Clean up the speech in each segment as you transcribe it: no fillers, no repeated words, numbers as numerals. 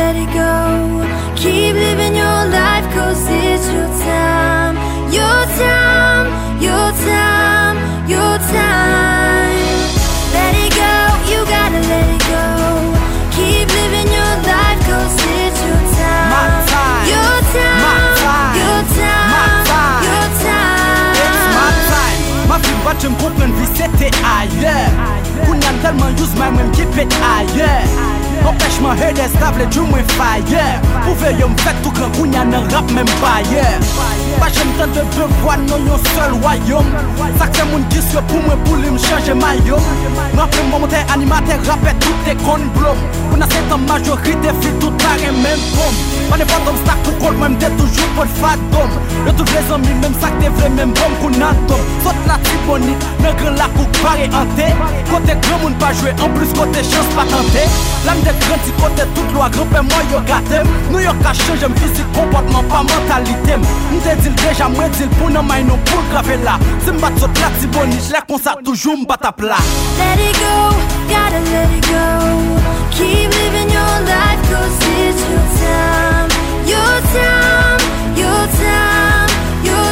let it go. Keep living your life, cause it's your time. Your time, your time, your time. Let it go, you gotta let it go. Keep living your life, cause it's your time. My time. Your time, my time. Your time, my time. Your time. It's my time. Ma vie va te me comprendre, vie c'était ailleurs. Kounan tellement use my même keep it ailleurs. Empêche-moi head stable et du moins fire. Pouvez yo me fait tout grand kounan ne rap même pas hier. Pas j'aime tant de deux voix non yon seul royaume. Ça que moun qui soit pour moi pour lui me changer maillot. Rappelez moi monter animateur rappel tout est con blom. Pour n'a cette majorité fit tout carré même bombe. Pas n'importe comme stack pour col même t'es toujours pas de fadom. De tous les amis même ça que t'es vrai même bombe kounan tom. Saute la tibonite, ne grand la coupe paré hanté. Côté grand moun pas jouer en plus côté chance pas tenté. L'âme de grand si côté toute loi grand père moi yo gâtem. New York a changé physique comportement pas mentalité. M'te dit déjà moi dit pour non mais non pour graver là. Si m'bat saute la tibonite, là comme ça toujours m'bat à plat. Let it go, gotta let it go. Keep living your life, cause it's your time. Your time, your time, your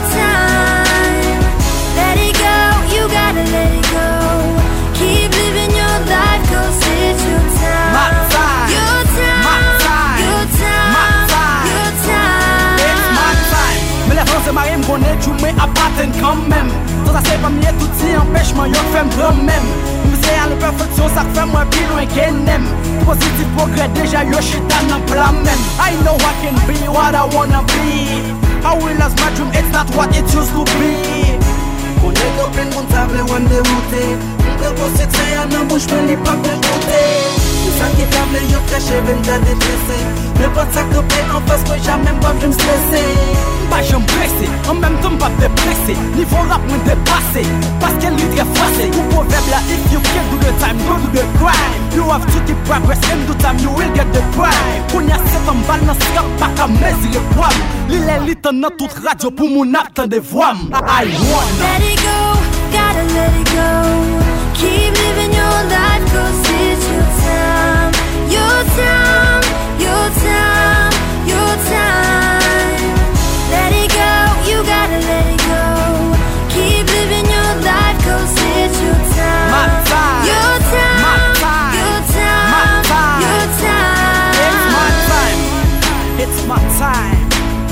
time. Let it go, you gotta let it go. Keep living your life, cause it's your time. My time. Your time, My time. your time, My time. your time. It's my time. Mais les Français marient m'connait du moins à pattern quand même. Tout ça c'est pas mieux tout si empêchement yo fait m'prend même. M'sais à la perfection ça fait moi plus loin qu'un aime. Positif progrès déjà yo chita dans plan même. I know I can be what I wanna be. I will lose my dream, it's not what it used to be. On est au plein monde table ou en dérouté. On peut bosser très à nos bouches mais les pas pour compter. Tout ça qui table yo caché ben t'as détressé. Ne pas s'accroper en face moi jamais pas je me stresser. Pas je me blesser, en même temps pas dépressé. Niveau rap moins dépassé, parce qu'elle est très facile. Ou proverbe là, if you can't do the time, don't do the crime. You have to keep progress and do time, you will get the prime. Qu'on y a 7 ans balle dans scap, pas qu'à mesurer poids. L'île est lit dans toute radio pour mon acte de voix. I wanna Let it go, gotta let it go. Keep living your life, cause it's your time. Your time, your time, your time. Let it go, you gotta let it go. Keep living your life, cause it's your time. My time. Your time, My time. your time, My time. your time. It's my time. It's my time.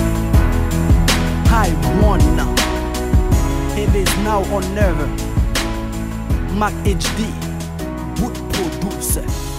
I wanna. It is now or never. Mac HD. Wood producer.